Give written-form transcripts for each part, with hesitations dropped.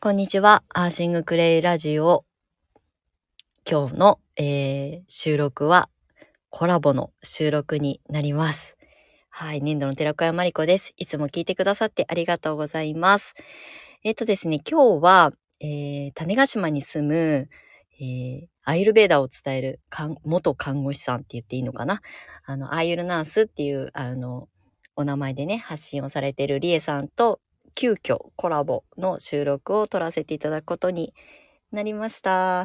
こんにちは。アーシングクレイラジオ。今日の、収録はコラボの収録になります。はい。年度の寺子屋まりこです。いつも聞いてくださってありがとうございます。ですね、今日は、種子島に住む、アイルベーダを伝える元看護師さんって言っていいのかな。アイルナースっていう、お名前でね、発信をされているリエさんと、急遽コラボの収録を撮らせていただくことになりました。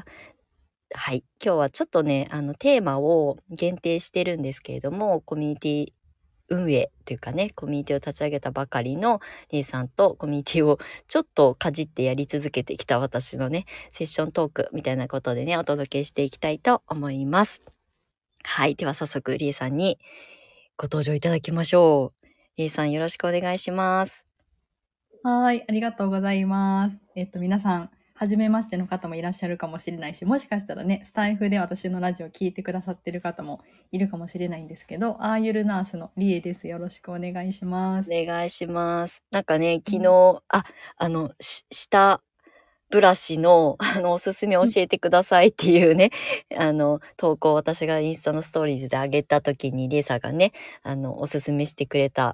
はい。今日はちょっとね、テーマを限定してるんですけれども、コミュニティ運営というかね、コミュニティを立ち上げたばかりのリエさんとコミュニティをちょっとかじってやり続けてきた私のね、セッショントークみたいなことでね、お届けしていきたいと思います。はい。では早速、リエさんにご登場いただきましょう。リエさんよろしくお願いします。 はい、ありがとうございます。皆さん、初めましての方もいらっしゃるかもしれないし、もしかしたらね、スタイフで私のラジオを聞いてくださってる方もいるかもしれないんですけど、アーユルナースのリエです。よろしくお願いします。 お願いします。なんかね、昨うん。 日、下ブラシの、おすすめ教えてくださいっていうね、投稿を私がインスタのストーリーズで上げた時に、リエさんがね、おすすめしてくれた、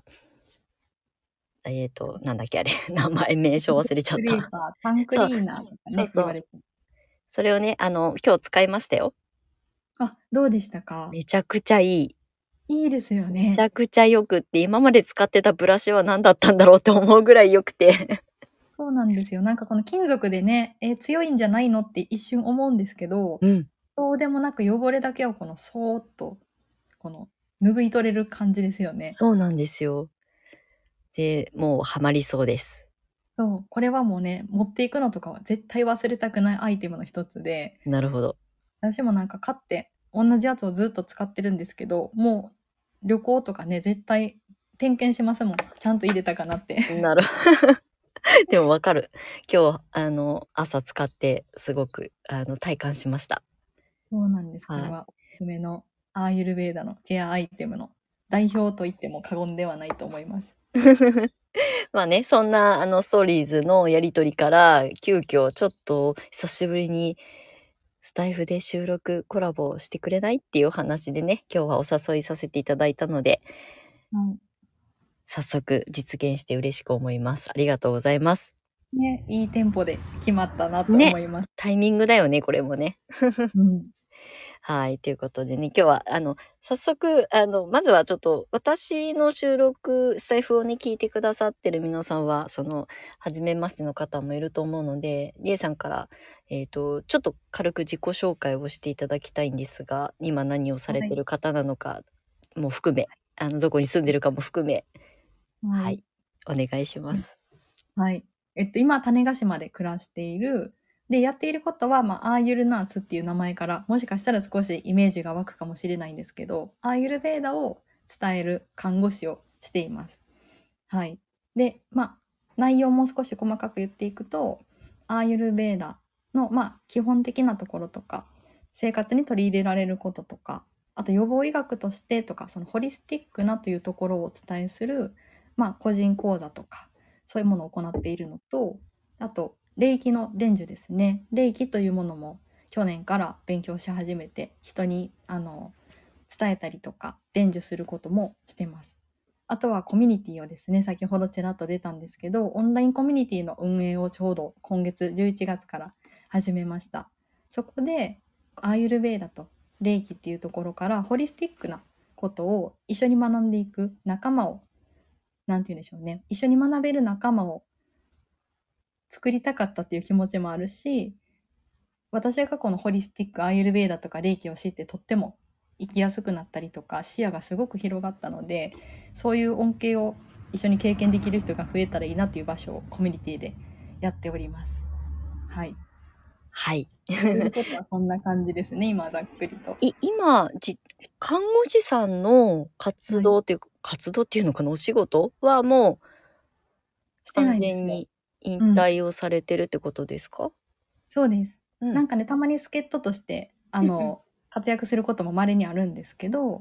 なんだっけあれ、名称忘れちゃった。 クリーパー、タンクそう、 リーナーとかね、 そうそう。 言われて。 それをね、今日使いましたよ。 あ、どうでしたか？ めちゃくちゃいい。 いいですよめちね。 ゃくちゃ良くって、今まで使ってたブラシは何だったんだろうって思うぐらい良くて。 そうなんですよ。なんかこの金属でね、強いんじゃないのって一瞬思うんですけど、 うん。 そうでもなく汚れだけをこのそーっと、この拭い取れる感じですよね。 そうなんですよ。で、もうハマりそうです。 そう、これはもうね、持っていくのとかは絶対忘れたくないアイテムの一つで、 なるほど。 私もなんか買って同じやつをずっと使ってるんですけど、もう旅行とかね、絶対点検しますもん。ちゃんと入れたかなって。 なるでもわかる。今日、朝使ってすごく、体感しました。 そうなんです。これはい。 はおすすめのアーユルヴェーダのケアアイテムの代表と言っても過言ではないと思います。 まあね、そんな、ストーリーズのやりとりから、急遽、ちょっと、久しぶりに、スタイフで収録コラボしてくれないっていうお話でね、今日はお誘いさせていただいたので、 はい。 早速実現して嬉しく思います。ありがとうございます。 ね、いいテンポで決まったなとね、 思います。 タイミングだよね、これもね。 うん。 はい。ということでね、今日は、早速、まずはちょっと、私の収録、スタイフをね、聞いてくださってる皆さんは、初めましての方もいると思うので、りえさんから、ちょっと軽く自己紹介をしていただきたいんですが、今何をされはい。 てる方なのかも含め、どこに住んでるかも含め、 はい。 はい。お願いします。 はい。今、種子島で暮らしている。で、やっていることは、アーユルナースっていう名前から、もしかしたら少しイメージが湧くかもしれないんですけど、アーユルヴェーダを伝える看護師をしています。はい。で、内容も少し細かく言っていくと、アーユルヴェーダの、基本的なところとか、生活に取り入れられることとか、あと予防医学としてとか、そのホリスティックなというところをお伝えする、個人講座とか、そういうものを行っているのと、あと、霊気の伝授ですね。霊気というものも去年から勉強し始めて、人に伝えたりとか伝授することもしてます。あとはコミュニティをですね、先ほどちらっと出たんですけど、オンラインコミュニティの運営をちょうど今月11月から始めました。そこでアーユルヴェーダと霊気っていうところからホリスティックなことを一緒に学んでいく仲間を、なんて言うんでしょうね、一緒に学べる仲間を作りたかったっていう気持ちもあるし、私がこのホリスティック、アーユルヴェーダとか霊気を知ってとっても生きやすくなったりとか視野がすごく広がったので、そういう恩恵を一緒に経験できる人が増えたらいいなっていう場所をコミュニティでやっております。はい。 はい。 ということはそんな感じですね、今ざっくりと。 今、看護師さんのはい。 活動っていうのかな、お仕事はもうして完ないんですよ。 全に引うん。 退をされてるってことですか？ そうです。 うん。 なんかね、たまに助っ人として、 うんうん。 活躍することも稀にあるんですけど、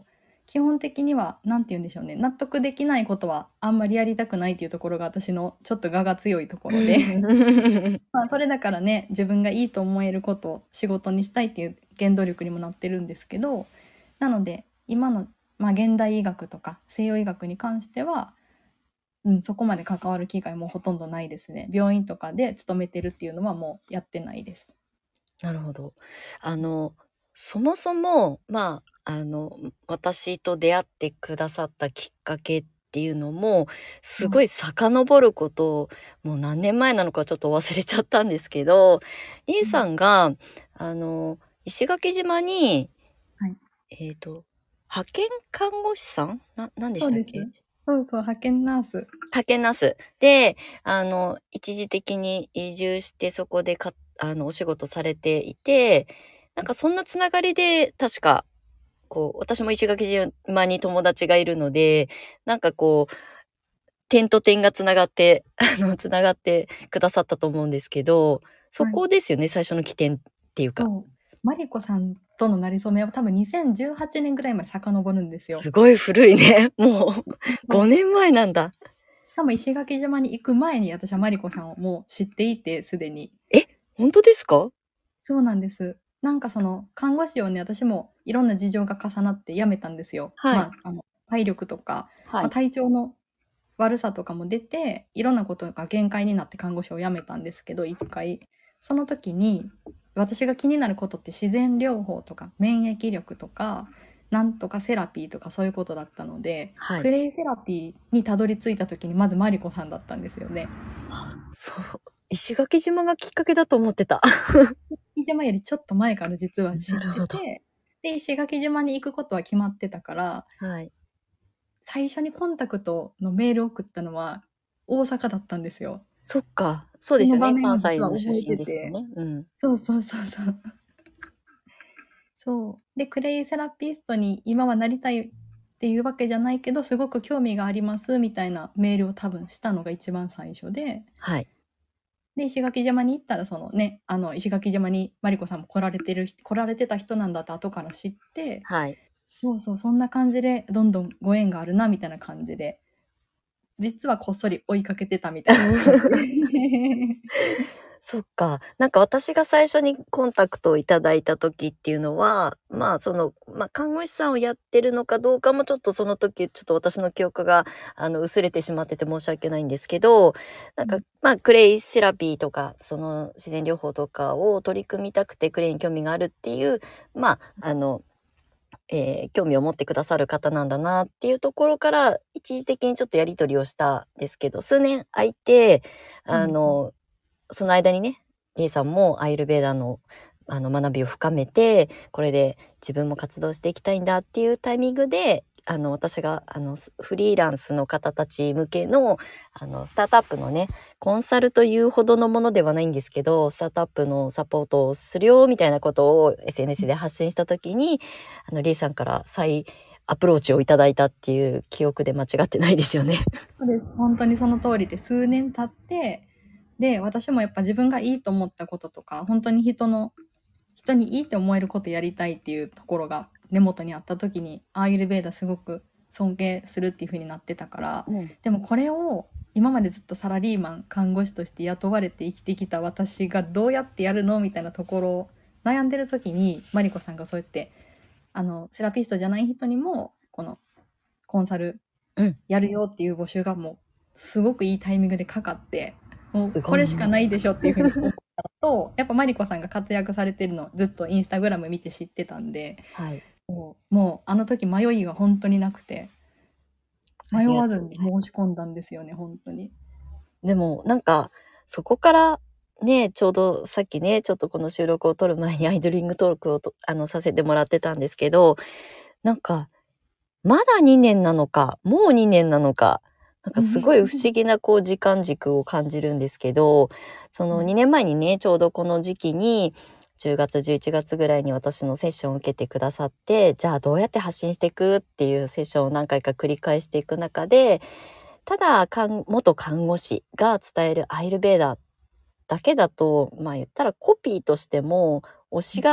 基本的には何て言うんでしょうね、納得できないことはあんまりやりたくないっていうところが私のちょっと我が強いところでまあそれだからね、自分がいいと思えることを仕事にしたいっていう原動力にもなってるんですけど、なので今の、まあ、現代医学とか西洋医学に関しては、そこまで関わる機会もほとんどないですね。病院とかで勤めてるっていうのはもうやってないです。 なるほど。そもそも、私と出会ってくださったきっかけっていうのも、すはい。 ごい遡ること、もう何年前なのかちょっと忘れちゃったんですけど、リエうん。 さんが、あの、石垣島に、 はい。 派遣看護師さんなんでしそうです。 たっけ？ そうそう、派遣ナース。 派遣ナース。で、一時的に移住して、そこでお仕事されていて、なんかそんなつながりで、確か、こう、私も石垣島に友達がいるので、なんかこう、点と点がつながって、つながってくださったと思うんですけど、そはい。 こですよね、最初の起点っていうか。 そう。マリコさんとの馴れ初めは多分2018年ぐらいまで遡るんですよ。 すごい古いね。もうそう。 5年前なんだ。 しかも石垣島に行く前に私はマリコさんをもう知っていて、すでに。 え、本当ですか？ そうなんです。なんかその看護師をね、私もいろんな事情が重なって辞めたんですよ。 はい。 体力とか、 はい。 体調の悪さとかも出て、いろんなことが限界になって看護師を辞めたんですけど、一回。その時に、私が気になることって自然療法とか免疫力とか、なんとかセラピーとかそういうことだったので、 はい。 クレイセラピーにたどり着いた時にまずマリコさんだったんですよね。 そう。石垣島がきっかけだと思ってた。 石垣島よりちょっと前から実は知ってなるほど。 て、で、石垣島に行くことは決まってたから、 はい。 最初にコンタクトのメールを送ったのは大阪だったんですよ。 そっか。そうでそのすよね。 場面を実関西の出は覚えてて。 身ですもんね。うん。 そうそうそうそう。そう。で、クレイセラピストに今はなりたいっていうわけじゃないけど、すごく興味がありますみたいなメールを多分したのが一番最初で、 はい。 で、石垣島に行ったらそのね、石垣島にマリコさんも来られてた人なんだって後から知って、 はい。 そうそう、そんな感じでどんどんご縁があるなみたいな感じで、実はこっそり追いかけてたみたいな感じ。 そっか。なんか私が最初にコンタクトをいただいた時っていうのは、看護師さんをやってるのかどうかもちょっとその時、ちょっと私の記憶が、薄れてしまってて申し訳ないんですけど、なんか、 うん。 クレイセラピーとか、その自然療法とかを取り組みたくてクレイに興味があるっていう、まあ、あの、興味を持ってくださる方なんだなっていうところから一時的にちょっとやり取りをしたんですけど、数年空いて、 そうです。 その間にね、リエさんもアイルベーダの学びを深めて、これで自分も活動していきたいんだっていうタイミングで、私がフリーランスの方たち向けのスタートアップのね、コンサルというほどのものではないんですけど、スタートアップのサポートをするよみたいなことを SNS で発信した時に、リエさんから再アプローチをいただいたっていう記憶で間違ってないですよね。 そうです。本当にその通りで、数年経って、で、私もやっぱ自分がいいと思ったこととか、本当に人にいいって思えることやりたいっていうところが根元にあった時に、アーユルヴェーダすごく尊敬するっていう風になってたから、 うん。 でもこれを今までずっとサラリーマン、看護師として雇われて生きてきた私がどうやってやるのみたいなところを悩んでる時に、マリコさんがそうやって、セラピストじゃない人にも、このコンサルうん。 やるよっていう募集がもうすごくいいタイミングでかかって、もうすごいね。 これしかないでしょっていうふうに思ったのと、やっぱマリコさんが活躍されてるのずっとインスタグラム見て知ってたんで、 はい。 もうあの時迷いが本当になくて、 ありが迷わずにとうございます。 申し込んだんですよね、本当に。 でも、なんか、そこからね、ちょうどさっきね、ちょっとこの収録を撮る前にアイドリングトークをさせてもらってたんですけど、なんか、まだ2年なのか、もう2年なのか、なんかすごい不思議なこう時間軸を感じるんですけど、そのはい。 2年前にね、ちょうどこの時期に、10月、11月ぐらいに私のセッションを受けてくださって、じゃあどうやって発信していくっていうセッションを何回か繰り返していく中で、ただ元看護師が伝えるアイルベーダだけだと、まあ言ったらコピーとしても推しが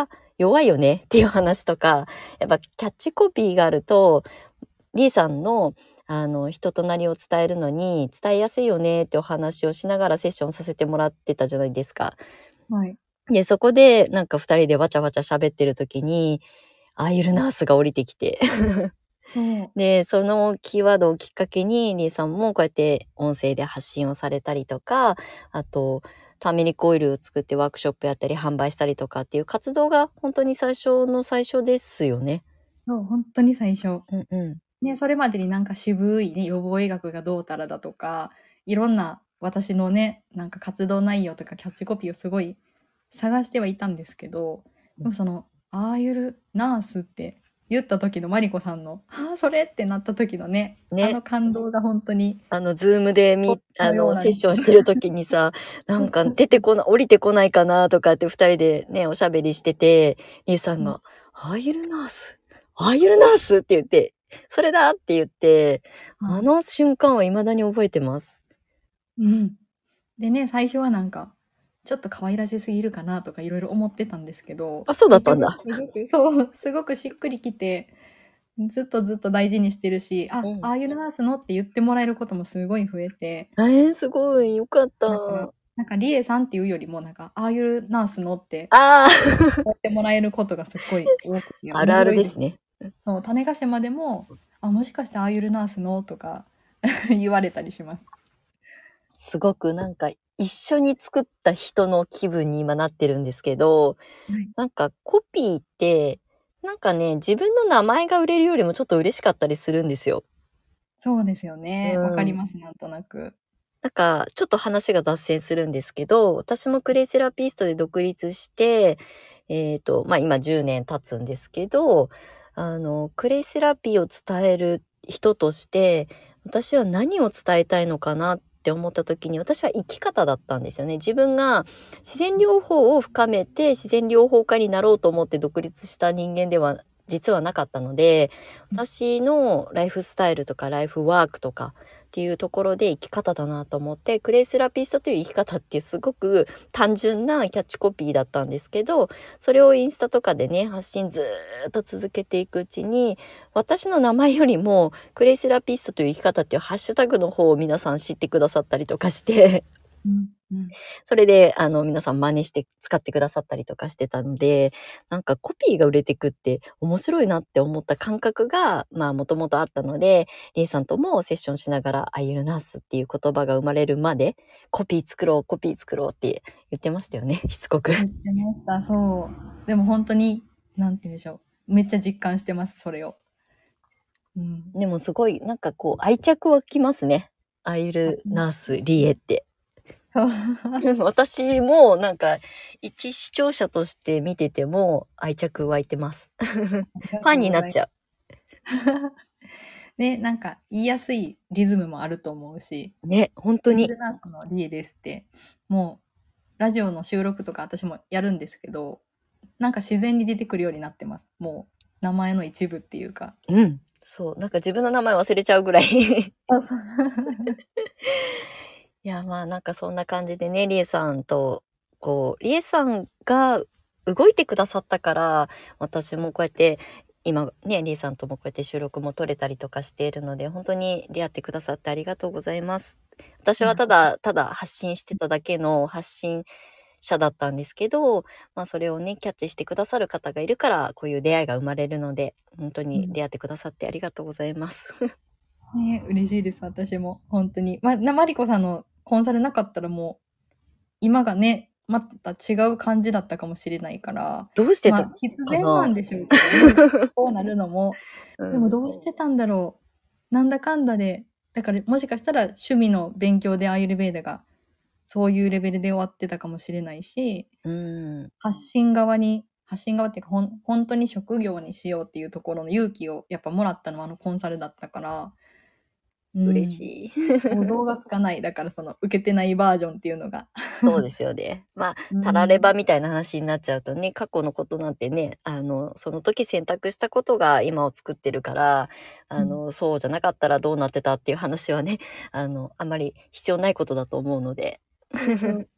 弱いよねっていう話とか、やっぱキャッチコピーがあると、リエさんの人となりを伝えるのに伝えやすいよねってお話をしながらセッションさせてもらってたじゃないですか。 はい。 で、そこでなんか2人でわちゃわちゃ喋ってる時に、アーユルナースが降りてきてそう。 で、そのキーワードをきっかけに、リエさんもこうやって音声で発信をされたりとか、あと、ターメリックオイルを作ってワークショップやったり販売したりとかっていう活動が本当に最初の最初ですよね。 そう、本当に最初。 うんうん。 ね、それまでになんか渋いね、予防医学がどうたらだとか、いろんな私のね、なんか活動内容とかキャッチコピーをすごい探してはいたんですけど、でもその、アーユルナースって言った時のマリコさんの、ああ、それってなった時のね、あね。 の感動が本当に、 ズームでのようなね。 セッションしてる時にさ、なんかそうそう。 降りてこないかなとかって二人でね、おしゃべりしてて、リエさんうん。 が、アーユルナース、アーユルナースって言って、それだって言って、あの瞬間は未だに覚えてます。 うん。でね、最初はなんか、ちょっと可愛らしすぎるかなとかいろいろ思ってたんですけど、 あ、そうだっ結局たんだ。 すごく、そう、すごくしっくりきて、ずっとずっと大事にしてるし、あ、 うん。 ああいうナースのって言ってもらえることもすごい増えて、 すごい、よかっだから、 た。 なんかリエさんっていうよりも、なんか、ああいうナースのってああ、 言ってもらえることがすっごい多くて、 あるある面白いです。 ですね。 そう、種子島でも、あ、もしかしてああいうナースのとか言われたりします。 すごくなんか一緒に作った人の気分に今なってるんですけど、 はい。 なんかコピーって、なんかね、自分の名前が売れるよりもちょっと嬉しかったりするんですよ。 そうですようね。わかりん。 ます、なんとなく。 なんか、ちょっと話が脱線するんですけど、私もクレイセラピストで独立して、今10年経つんですけど、クレイセラピーを伝える人として、私は何を伝えたいのかなって思った時に、私は生き方だったんですよね。自分が自然療法を深めて、自然療法家になろうと思って独立した人間では実はなかったので、私のライフスタイルとかライフワークとか、っていうところで生き方だなと思って、クレイセラピストという生き方ってすごく単純なキャッチコピーだったんですけど、それをインスタとかでね、発信ずーっと続けていくうちに、私の名前よりもクレイセラピストという生き方っていうハッシュタグの方を皆さん知ってくださったりとかして、 うんうん。 それで、皆さん真似して使ってくださったりとかしてたので、なんかコピーが売れてくって面白いなって思った感覚が、まあもともとあったので、リエさんともセッションしながら、アイルナースっていう言葉が生まれるまで、コピー作ろう、コピー作ろうって言ってましたよね、しつこく。 言ってました、そう。でも本当に、なんて言うんでしょう。めっちゃ実感してます、それを。うん。 でもすごい、なんかこう、愛着湧きますね。アイあ、 ルナース、リエって。 そう。 私もなんか、一視聴者として見てても愛着湧いてます。フありがァンとうございます。 になっちゃう。 ね、なんか言いやすいリズムもあると思うし、 ね、本当に。 イルナースのリエですって、もうラジオの収録とか私もやるんですけど、なんか自然に出てくるようになってます。もう名前の一部っていうか。 うん。そう。なんか自分の名前忘れちゃうぐらいいそうそう。 や、まあなんかそんな感じでね、リエさんと、リエさんが動いてくださったから、私もこうやって、今ね、リエさんともこうやって収録も取れたりとかしているので、本当に出会ってくださってありがとうございます。私はいや、 ただ発信してただけの発信者だったんですけど、まあそれをね、キャッチしてくださる方がいるから、こういう出会いが生まれるので、本当にうん。 出会ってくださってありがとうございます。 ね、嬉しいです、私も。本当に。マリコさんのコンサルなかったらもう、今がね、また違う感じだったかもしれないから、 どうしてた必かな。 然なんでしょうけどね、こうなるのも。でもうん。 どうしてたんだろう。なんだかんだで、だからもしかしたら趣味の勉強でアーユルヴェーダがそういうレベルで終わってたかもしれないし、 うん。 発信側っていうか、本当に職業にしようっていうところの勇気をやっぱもらったのはあのコンサルだったから、うん、 嬉しい。 想像がつかない。だからその受けてないバージョンっていうのが。 そうですよね。まあ、 うたらればん。 みたいな話になっちゃうとね、過去のことなんてね、その時選択したことが今を作ってるから、 うん。 そうじゃなかったらどうなってたっていう話はね、あんまり必要ないことだと思うので。 そう。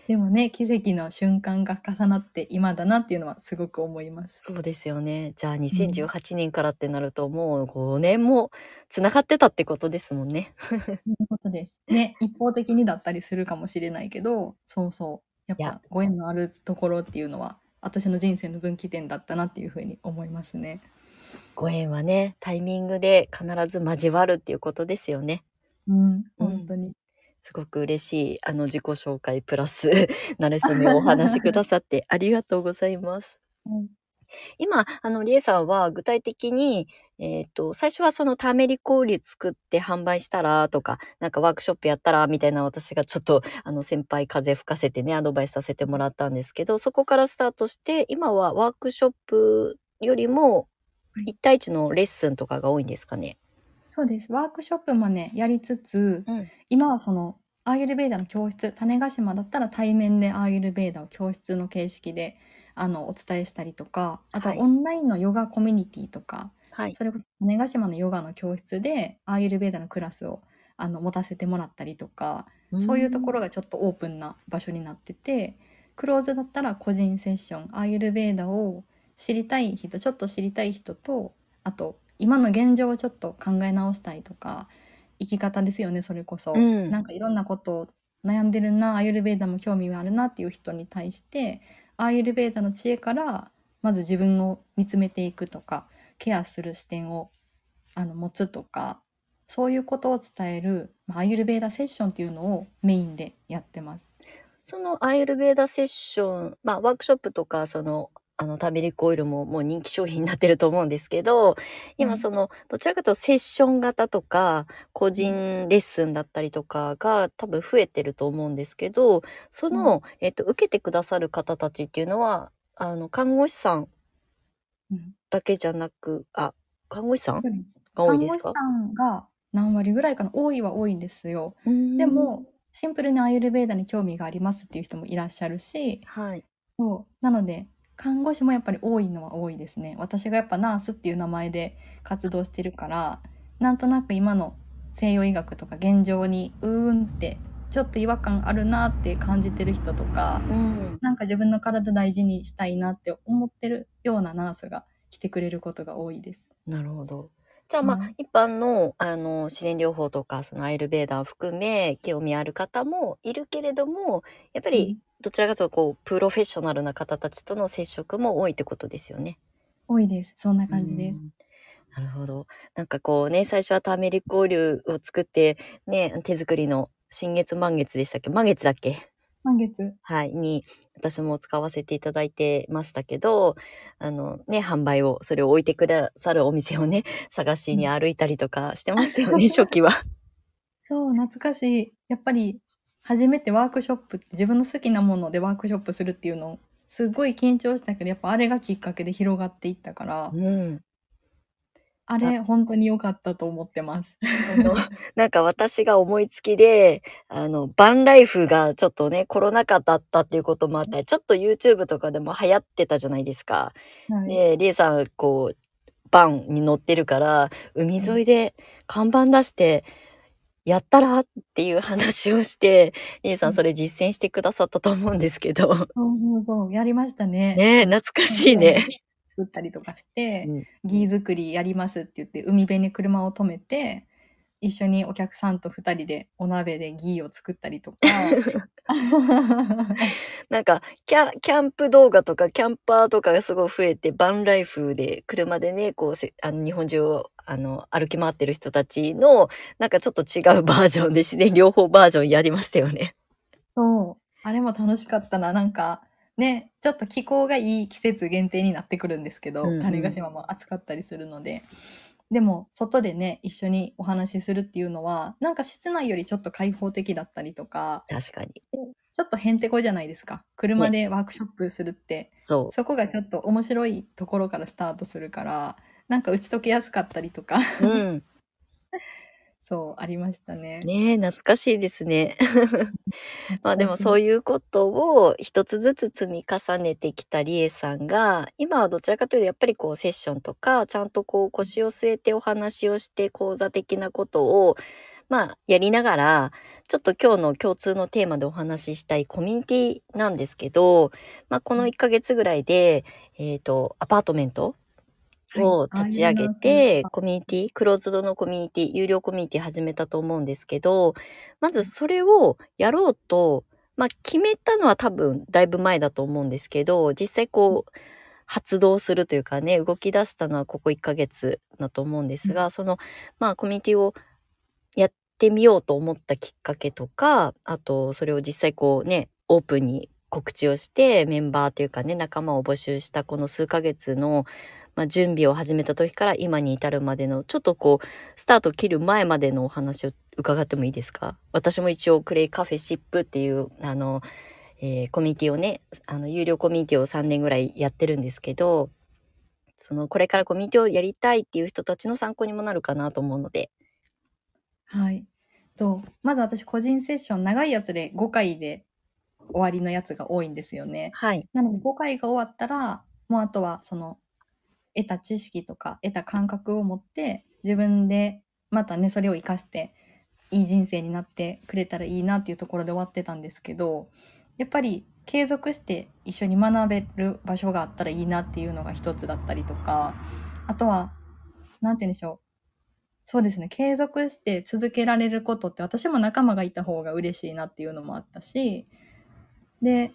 でもね、奇跡の瞬間が重なって今だなっていうのはすごく思います。 そうですよね。じゃあうん 2018年からってなるともう5年も繋がってたってことですもんね。 そういうことです。ね、一方的にだったりするかもしれないけど、そうそう。やっいや、 ぱご縁のあるところっていうのは、私の人生の分岐点だったなっていうふうに思いますね。 ご縁はね、タイミングで必ず交わるっていうことですよね。 うん、 うん。 本当に。 すごく嬉しい、自己紹介プラス、馴れ初めをお話しくださってありがとうございます。 はい。 今、りえさんは具体的に、最初はそのターメリックオイル作って販売したらとか、なんかワークショップやったらみたいな私がちょっと、先輩風吹かせてね、アドバイスさせてもらったんですけど、そこからスタートして、今はワークショップよりも、 はい。 一対一のレッスンとかが多いんですかね。 そうです。ワークショップもね、やりつつ、 うん。 今はその、アーユルヴェーダの教室、種子島だったら対面でアーユルヴェーダを教室の形式で、お伝えしたりとか、あとはい。 はオンラインのヨガコミュニティとか、 はい。 それこそ種子島のヨガの教室でアーユルヴェーダのクラスを持たせてもらったりとか、 うーそういうとこん。 ろがちょっとオープンな場所になってて、クローズだったら個人セッション、アーユルヴェーダを知りたい人、ちょっと知りたい人と、あと今の現状をちょっと考え直したいとか、生き方ですよね、それこうそ。 ん。 なんかいろんなことを悩んでるな、アーユルヴェーダも興味があるなっていう人に対して、アーユルヴェーダの知恵からまず自分を見つめていくとか、ケアする視点を持つとか、そういうことを伝える、アーユルヴェーダセッションっていうのをメインでやってます。 そのアーユルヴェーダセッション、ワークショップとか、ターメリックオイルももう人気商品になってると思うんですけど、 はい。 今どちらかというとセッション型とか、個うん。 人レッスンだったりとかが多分増えてると思うんですけど、 はい。 受けてくださる方たちっていうのは、看護師さんうん。 だけじゃなく、看護師さんそうです。 が多いですか？ 看護師さんが何割ぐらいかな、多いは多いんですよ。 うーん。 でも、シンプルにアーユルヴェーダに興味がありますっていう人もいらっしゃるし、 はい。 そう。なので、看護師もやっぱり多いのは多いですね。私がやっぱナースっていう名前で活動してるから、なんとなく今の西洋医学とか現状にってちょっと違和感あるなって感じてる人とか、 うん。 なんか自分の体大事にしたいなって思ってるようなナースが来てくれることが多いです。 なるほど。じゃあ、 はい。 一般の、自然療法とか、そのアイルベーダーを含め、興味ある方もいるけれども、やっぱり、 うん。 どちらかというと、プロフェッショナルな方たちとの接触も多いってことですよね。 多いです。そんなう感じです。 ん。なるほど。なんかこうね、最初はターメリックオイルを作って、ね、手作りの新月満月でしたっけ？満月だっけ？ 満月。 はい、に、私も使わせていただいてましたけど、販売を、それを置いてくださるお店をね、探しうん。 に歩いたりとかしてましたよね、初期は。 そう、懐かしい。やっぱり初めてワークショップって自分の好きなものでワークショップするっていうのすごい緊張したけど、やっぱあれがきっかけで広がっていったから、 うん。 あれ本当に良かったと思ってます。 あの、なんか私が思いつきで、バンライフがちょっとね、コロナ禍だったっていうこともあって、ちょっと YouTube とかでも流行ってたじゃないですか。 はい。 で、リエさん、こう、バンに乗ってるから、海うん。 沿いで看板出して、やったらっていう話をして、リエさんそうん。 れ実践してくださったと思うんですけど。 そうそうそう、やりましたね。 ねえ、懐かしいね。 作ったりとかして、 うん。 ギー作りやりますって言って、海辺に車を止めて、一緒にお客さんと2人でお鍋でギーを作ったりとか。 なんか、キャンプ動画とかキャンパーとかがすごい増えて、バンライフで車でね、こう日本中を、歩き回ってる人たちの、なんかちょっと違うバージョンですね。両方バージョンやりましたよね。 そう、あれも楽しかったな。なんか、ね、ちょっと気候がいい季節限定になってくるんですけど、 うんうん。 種子島も暑かったりするので。でも、外でね、一緒にお話しするっていうのは、なんか室内よりちょっと開放的だったりとか、 確かに。 でちょっとへんてこじゃないですか。車ね、 でワークショップするって、 そそこがちょっと面白いところからスタートするから、なんか打ち解けやすかったりとか、 う。うん。 そう、ありましたね。 ねえ、懐かしいですね。でも懐かしい。 そういうことを一つずつ積み重ねてきたりえさんが、今はどちらかというとやっぱりこうセッションとか、ちゃんとこう腰を据えてお話をして講座的なことを、 やりながら、ちょっと今日の共通のテーマでお話ししたいコミュニティなんですけど、この1ヶ月ぐらいで、アパートメントはい。 をああい立ち上げうナースて、 は、 コミュニティ、クローズドのコミュニティ、有料コミュニティ始めたと思うんですけど、まずそれをやろうと、決めたのは多分だいぶ前だと思うんですけど、実際発動するというかね、動き出したのはここ1ヶ月だと思うんでうん、 すが、コミュニティをやってみようと思ったきっかけとか、あとそれを実際オープンに告知をしてメンバーというかね、仲間を募集したこの数ヶ月の、準備を始めた時から今に至るまでのちょっとスタートを切る前までのお話を伺ってもいいですか？私も一応クレイカフェシップっていうコミュニティをね、有料コミュニティを3年ぐらいやってるんですけど、これからコミュニティをやりたいっていう人たちの参考にもなるかなと思うので。 はい。まず私個人セッション長いやつで5回で終わりのやつが多いんですよね。 はい。 なので5回が終わったら、もうあとは得た知識とか得た感覚を持って自分でまたねそれを生かしていい人生になってくれたらいいなっていうところで終わってたんですけど、やっぱり継続して一緒に学べる場所があったらいいなっていうのが一つだったりとか、あとはなんて言うんでしょう、そうですね、継続して続けられることって私も仲間がいた方が嬉しいなっていうのもあったし、で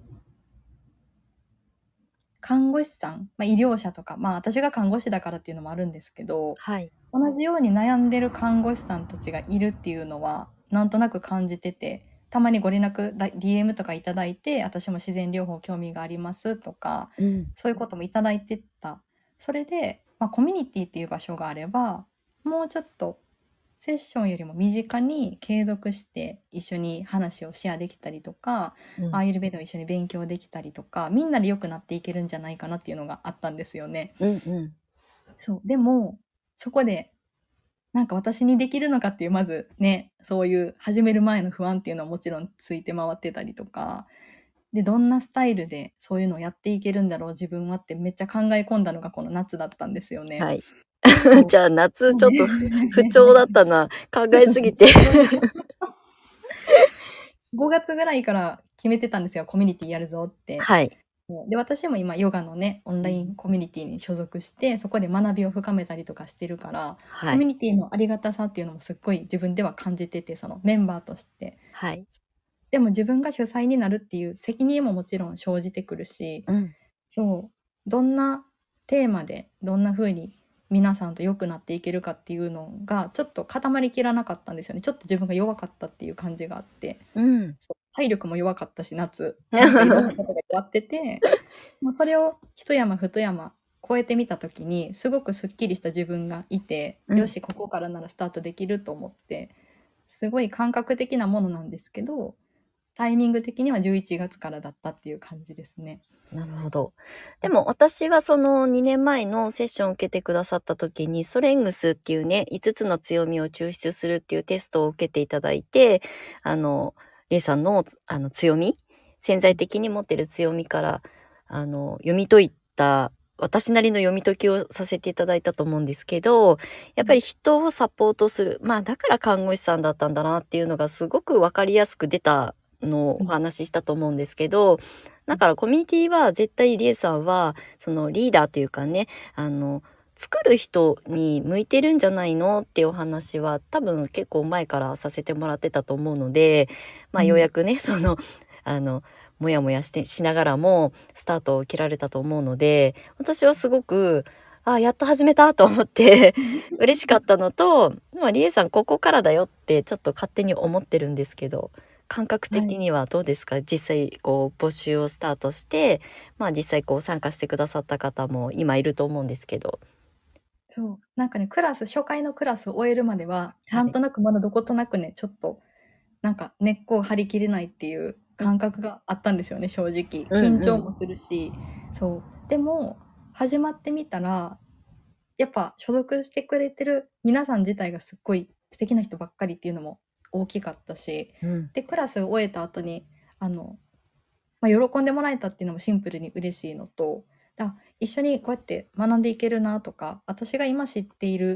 看護師さん、医療者とか、私が看護師だからっていうのもあるんですけど、 はい。 同じように悩んでる看護師さんたちがいるっていうのはなんとなく感じてて、たまにご連絡DM とかいただいて、私も自然療法興味がありますとか、 うん。 そういうこともいただいてた。それで、コミュニティっていう場所があれば、もうちょっとセッションよりも身近に継続して一緒に話をシェアできたりとか、 うん。 アーユルベーダを一緒に勉強できたりとか、みんなで良くなっていけるんじゃないかなっていうのがあったんですよね。 うんうん。 そう。でも、そこで、なんか私にできるのかっていう、まずね、そういう始める前の不安っていうのはもちろんついて回ってたりとか、で、どんなスタイルでそういうのをやっていけるんだろう、自分はってめっちゃ考え込んだのがこの夏だったんですよね。 はい。 そじゃあ、夏う。 ちょっと不調だったな。考そうそうそうそえすぎて。 う。5月ぐらいから決めてたんですよ、コミュニティやるぞって。 はい。 で、私も今ヨガのね、オンラインコミュニティに所属して、そこで学びを深めたりとかしてるから、 はい。 コミュニティのありがたさっていうのもすっごい自分では感じてて、そのメンバーとして。 はい。 でも自分が主催になるっていう責任ももちろん生じてくるし、 うん。 そう、どんなテーマでどんな風に皆さんと良くなっていけるかっていうのがちょっと固まりきらなかったんですよね。ちょっと自分が弱かったっていう感じがあって。 うん。 そう、体力も弱かったし、夏。なんかいろんなことが弱ってて、それを一山二山越えてみた時に、すごくすっきりした自分がいて、 うん。 よし、ここからならスタートできると思って、すごい感覚的なものなんですけど、タイミング的には11月からだったっていう感じですね。 なるほど。でも私はその2年前のセッションを受けてくださった時に、ソレングスっていうね、5つの強みを抽出するっていうテストを受けていただいて、レイさんの強み、潜在的に持ってる強みから、読み解いた、私なりの読み解きをさせていただいたと思うんですけど、やっぱり人をサポートする。だから看護師さんだったんだなっていうのがすごくわかりやすく出たのをおうん、 話ししたと思うんですけど、だからコミュニティは絶対リエさんはそのリーダーというかね、作る人に向いてるんじゃないのっていうお話は多分結構前からさせてもらってたと思うので、ようやくね、あの、もやもやしながらもスタートを切られたと思うので、私はすごく、やっと始めたと思って嬉しかったのと、リエさんここからだよってちょっと勝手に思ってるんですけど、感覚はい。 的にはどうですか？実際募集をスタートして、実際参加してくださった方も今いると思うんですけど。 そう、なんかね、初回のクラスを終えるまでは、 はい。 なんとなくまだどことなくね、ちょっとなんか根っこを張り切れないっていううん感覚があったんですよね、正直。 うんうん。 緊張もするし、そう。でも、始まってみたら、やっぱ所属してくれてる皆さん自体がすっごい素敵な人ばっかりっていうのも大きかったし、 うん。 で、クラスを終えた後に、あの、喜んでもらえたっていうのもシンプルに嬉しいのと、一緒にこうやって学んでいけるなとか、私が今知っている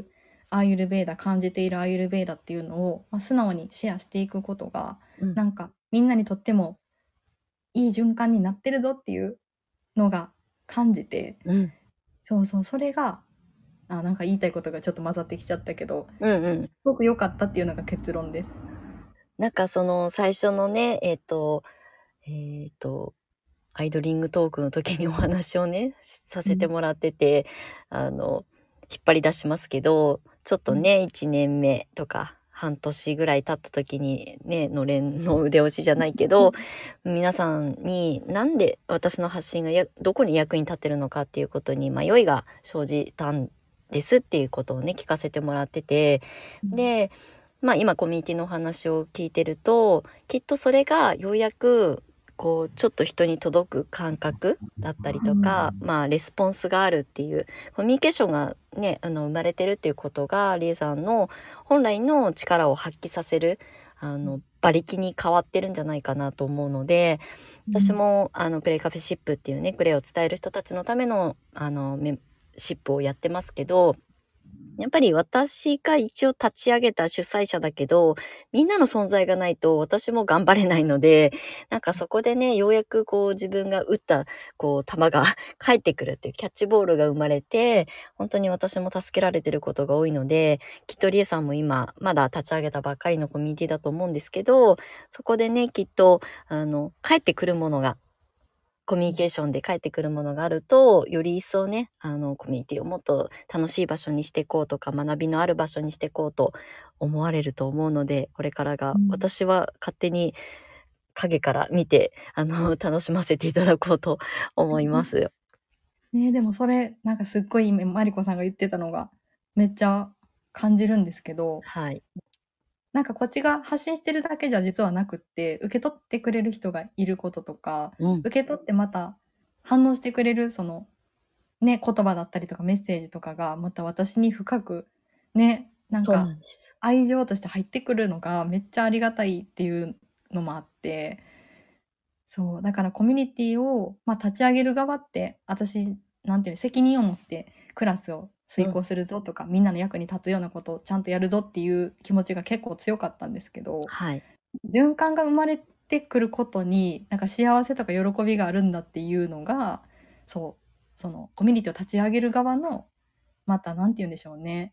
アーユルヴェーダ、感じているアーユルヴェーダっていうのを、素直にシェアしていくことが、なんかみんなにとってもいい循環になってるぞっていうのが感じて、そうそう、それが、なんか言いたいことがちょっと混ざってきちゃったけど、すごく良かったっていうのが結論です。 なんかその最初のね、アイドリングトークの時にお話をね、させてもらってて、引っ張り出しますけど、ちょっとね、1年目とか、半年ぐらい経った時にね、のれんの腕押しじゃないけど、皆さんになんで私の発信がどこに役に立ってるのかっていうことに迷いが生じたんですっていうことをね、聞かせてもらってて、で、今コミュニティのお話を聞いてると、きっとそれがようやくこうちょっと人に届く感覚だったりとか、レスポンスがあるっていうコミュニケーションがね生まれてるっていうことがリエさんの本来の力を発揮させる馬力に変わってるんじゃないかなと思うので、私もクレイカフェシップっていうねクレイを伝える人たちのためのメンシップをやってますけど、やっぱり私が一応立ち上げた主催者だけど、みんなの存在がないと私も頑張れないので、なんかそこでね、ようやくこう自分が打ったこう球が返ってくるっていうキャッチボールが生まれて、本当に私も助けられてることが多いので、きっとリエさんも今まだ立ち上げたばっかりのコミュニティだと思うんですけど、そこでね、きっと返ってくるものがコミュニケーションで返ってくるものがあると、より一層ね、コミュニティをもっと楽しい場所にしていこうとか、学びのある場所にしていこうと思われると思うので、これからが、私は勝手に影から見て、楽しませていただこうと思いますよ。 ね、でもそれ、なんかすっごい今、マリコさんが言ってたのが、めっちゃ感じるんですけど、 はい。 なんかこっちが発信してるだけじゃ実はなくって、受け取ってくれる人がいることとか、受け取ってまた反応してくれるその、ね、言葉だったりとかメッセージとかがまた私に深くね、なんそうなかんです。 愛情として入ってくるのがめっちゃありがたいっていうのもあって、そう、だからコミュニティを、立ち上げる側って、私、なんていうの、責任を持ってクラスを遂行するぞとか、みんなの役に立つようなことをちゃんとやるぞっていう気持ちが結構強かったんですけど、 はい。 循環が生まれてくることに、なんか幸せとか喜びがあるんだっていうのが、そう、そのコミュニティを立ち上げる側の、またなんて言うんでしょうね。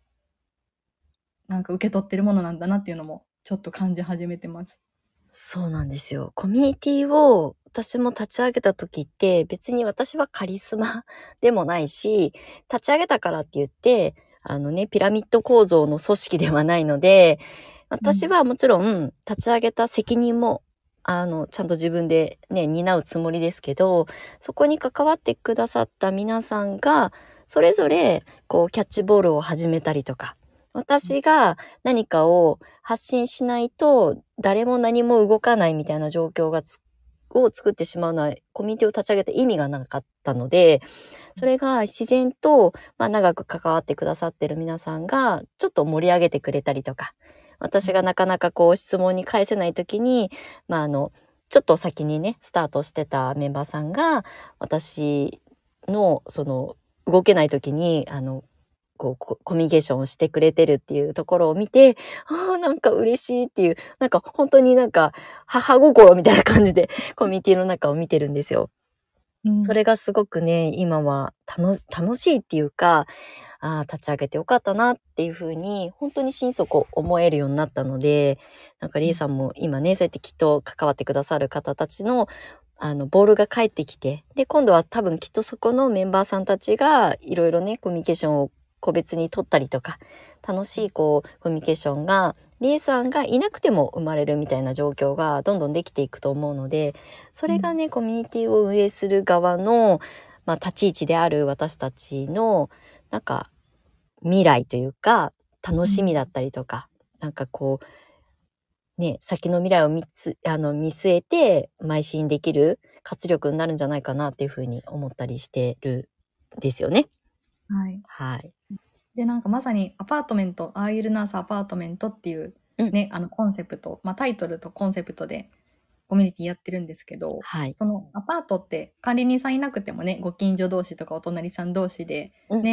なんか受け取ってるものなんだなっていうのも、ちょっと感じ始めてます。 そうなんですよ。コミュニティを私も立ち上げた時って別に私はカリスマでもないし、立ち上げたからって言って、ピラミッド構造の組織ではないので、私はもちろん立ち上げた責任も、ちゃんと自分でね、担うつもりですけど、そこに関わってくださった皆さんが、それぞれ、こう、キャッチボールを始めたりとか、私が何かを発信しないと誰も何も動かないみたいな状況を作ってしまうのはコミュニティを立ち上げて意味がなかったので、それが自然と、長く関わってくださってる皆さんがちょっと盛り上げてくれたりとか、私がなかなかこう質問に返せない時に、ちょっと先にね、スタートしてたメンバーさんが私のその動けない時にこうコミュニケーションをしてくれてるっていうところを見て、なんか嬉しいっていう、なんか本当になんか母心みたいな感じでコミュニティの中を見てるんですよ。それがすごくね、今は楽しいっていうか、立ち上げてよかったなっていう風に、本当に心底思えるようになったので、なんかリエさんも今ね、そうやってきっと関わってくださる方たちの、ボールが返ってきて、で、今度は多分きっとそこのメンバーさんたちがいろいろね、コミュニケーションを個別に取ったりとか、楽しいこう、コミュニケーションが、リエさんがいなくても生まれるみたいな状況がどんどんできていくと思うので、それがね、コミュニティを運営する側の、立ち位置である私たちの、なんか、未来というか、楽しみだったりとか、なんかこう、ね、先の未来を見据えて邁進できる活力になるんじゃないかなっていうふうに思ったりしてるんですよね。 はい。 はい。 で、なんかまさにアパートメント、アーユルナースアパートメントっていうね、コンセプト、タイトルとコンセプトでコミュニティやってるんですけど、 はい。 そのアパートって管理人さんいなくてもね、ご近所同士とかお隣さん同士でうん。 ね、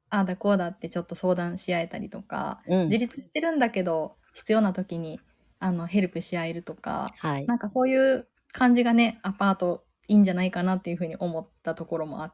ああだこうだってちょっと相談し合えたりとか、 うん。 自立してるんだけど必要な時にヘルプし合えるとか、 はい。 なんかそういう感じがね、アパートいいんじゃないかなっていうふうに思ったところもあって、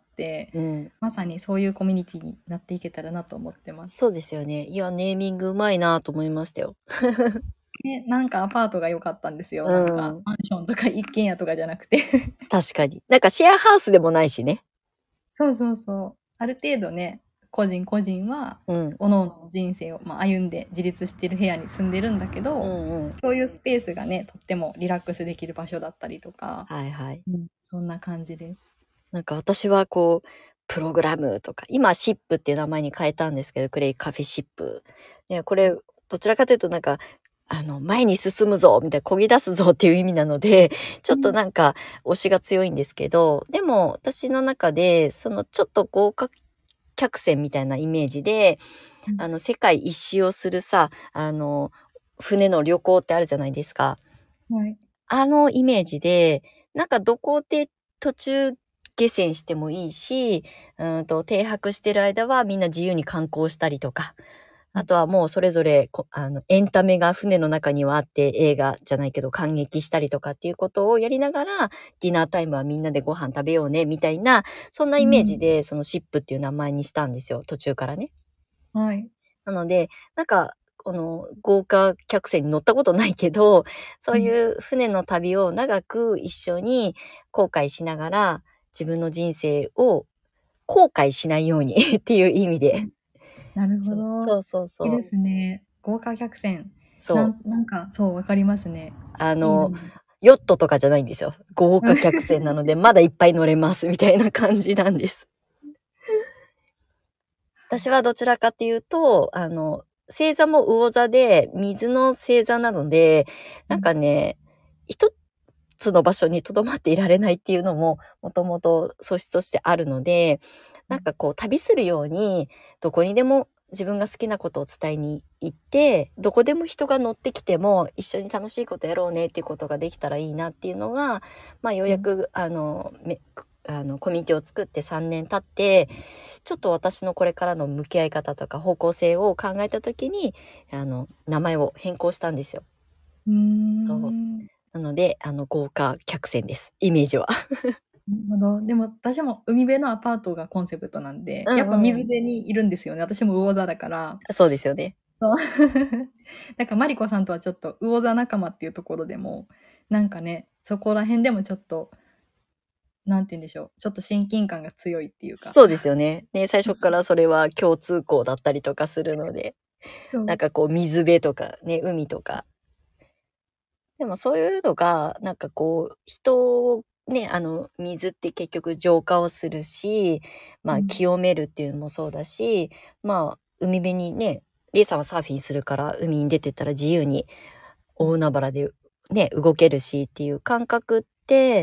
うん。 まさにそういうコミュニティになっていけたらなと思ってます。 そうですよね。いや、ネーミングうまいなと思いましたよ。 なんかアパートが良かったんですよ。 うなんかん。 マンションとか一軒家とかじゃなくて。 確かに。なんかシェアハウスでもないしね。 そうそうそう。ある程度ね、個人個人は、 うん。 各々の人生を、歩んで自立してる部屋に住んでるんだけうど、 んうん。 共有スペースがね、とってもリラックスできる場所だったりとか、 はいはい。 そんな感じです。 なんか私はこう、プログラムとか、今シップっていう名前に変えたんですけど、クレイカフェシップ。ね、これ、どちらかというとなんか、前に進むぞみたいな、漕ぎ出すぞっていう意味なので、ちょっとなんか推しが強いんですけど、でも私の中で、そのちょっと豪華客船みたいなイメージで、世界一周をするさ、船の旅行ってあるじゃないですか。 はい。 あのイメージで、なんかどこで途中下船してもいいし、停泊してる間はみんな自由に観光したりとか、あとはもうそれぞれエンタメが船の中にはあって映画じゃないけど感激したりとかっていうことをやりながら、ディナータイムはみんなでご飯食べようねみたいな、そんなイメージでそのシップっていう名前にしたんですよ、途中からね。 はい。 なので、なんか、この豪華客船に乗ったことないけど、そういう船の旅を長く一緒に後悔しながら、自分の人生を後悔しないようにっていう意味で。 なるほそうど。 そうそうそう。 いいですね。豪華客船。 そう。 なんか、そう、わかりますね。 あの、 いいな。 ヨットとかじゃないんですよ。豪華客船なので、まだいっぱい乗れますみたいな感じなんです。私はどちらかっていうと、星座も魚座で、水の星座なので、なんかね、一つの場所に留まっていられないっていうのも、もともと素質としてあるので、なんかこう旅するように、どこにでも自分が好きなことを伝えに行って、どこでも人が乗ってきても一緒に楽しいことやろうねっていうことができたらいいなっていうのが、ようやく、コミュニティを作って3年経って、ちょっと私のこれからの向き合い方とか方向性を考えた時に、名前を変更したんですよ。 うーそう。 ん。 なので、豪華客船です。イメージは。 なるほど。でも私も海辺のアパートがコンセプトなんで、 うんやっぱうん。 水辺にいるんですよね。私も魚座だから。 そうですよね。 そう。なんかマリコさんとはちょっと魚座仲間っていうところでも、なんかね、そこら辺でもちょっと、なんて言うんでしょう、ちょっと親近感が強いっていうか。 そうですよね。ね、最初からそれは共通項だったりとかするので、 そう。 なんかこう水辺とかね、海とか。でもそういうのが、なんかこう、人をね、水って結局浄化をするし、清めるっていうのもそうだし、海辺にね、リエさんはサーフィンするから海に出てったら自由に大海原でね、動けるしっていう感覚って、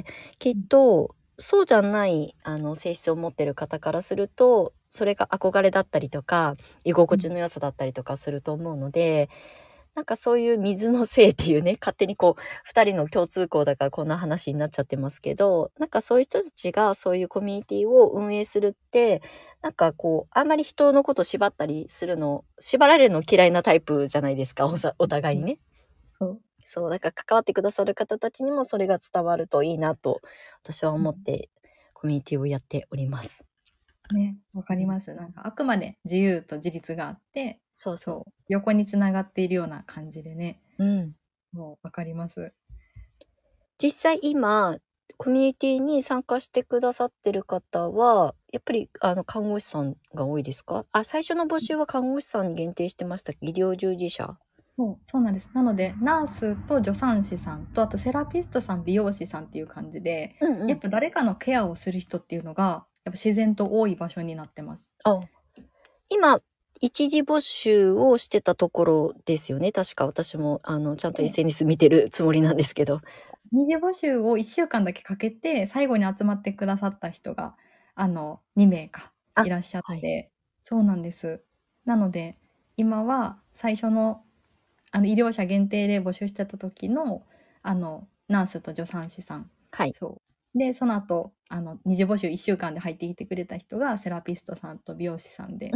きっと、そうじゃない、性質を持ってる方からすると、それが憧れだったりとか、居心地の良さだったりとかすると思うので、なんかそういう水のせいっていうね、勝手にこう、二人の共通項だからこんな話になっちゃってますけど、なんかそういう人たちがそういうコミュニティを運営するって、なんかこう、あんまり人のこと縛ったりするの、縛られるの嫌いなタイプじゃないですか、お互いにね。 そう。 そう、だから関わってくださる方たちにもそれが伝わるといいなと、私は思ってコミュニティをやっております。 ね、わかうん、 ります。なんかあくまで自由と自立があって、 そうそうそそう、横につながっているような感じでね、 う。うん。 もうわかります。 実際今、コミュニティに参加してくださってる方は、やっぱり看護師さんが多いですか？あ、最初の募集は看護師さんに限定してましたっけ？医療従事者。 そうなんです。なので、ナースと助産師さんと、あとセラピストさん、美容師さんっていう感じで、 うんうん。 やっぱ誰かのケアをする人っていうのが、やっぱ自然と多い場所になってます。 あ、今、一時募集をしてたところですよね。確か私も、ちゃんとで、 SNS 見てるつもりなんですけど。 二次募集を1週間だけかけて、最後に集まってくださった人が、2名かあ、 いらっしゃっはい。 て、そうなんです。なので、今は最初の、医療者限定で募集してた時の、ナースと助産師さん、 はい。 そう。で、その後、二次募集1週間で入ってきてくれた人がセラピストさんと美容師さんうーで、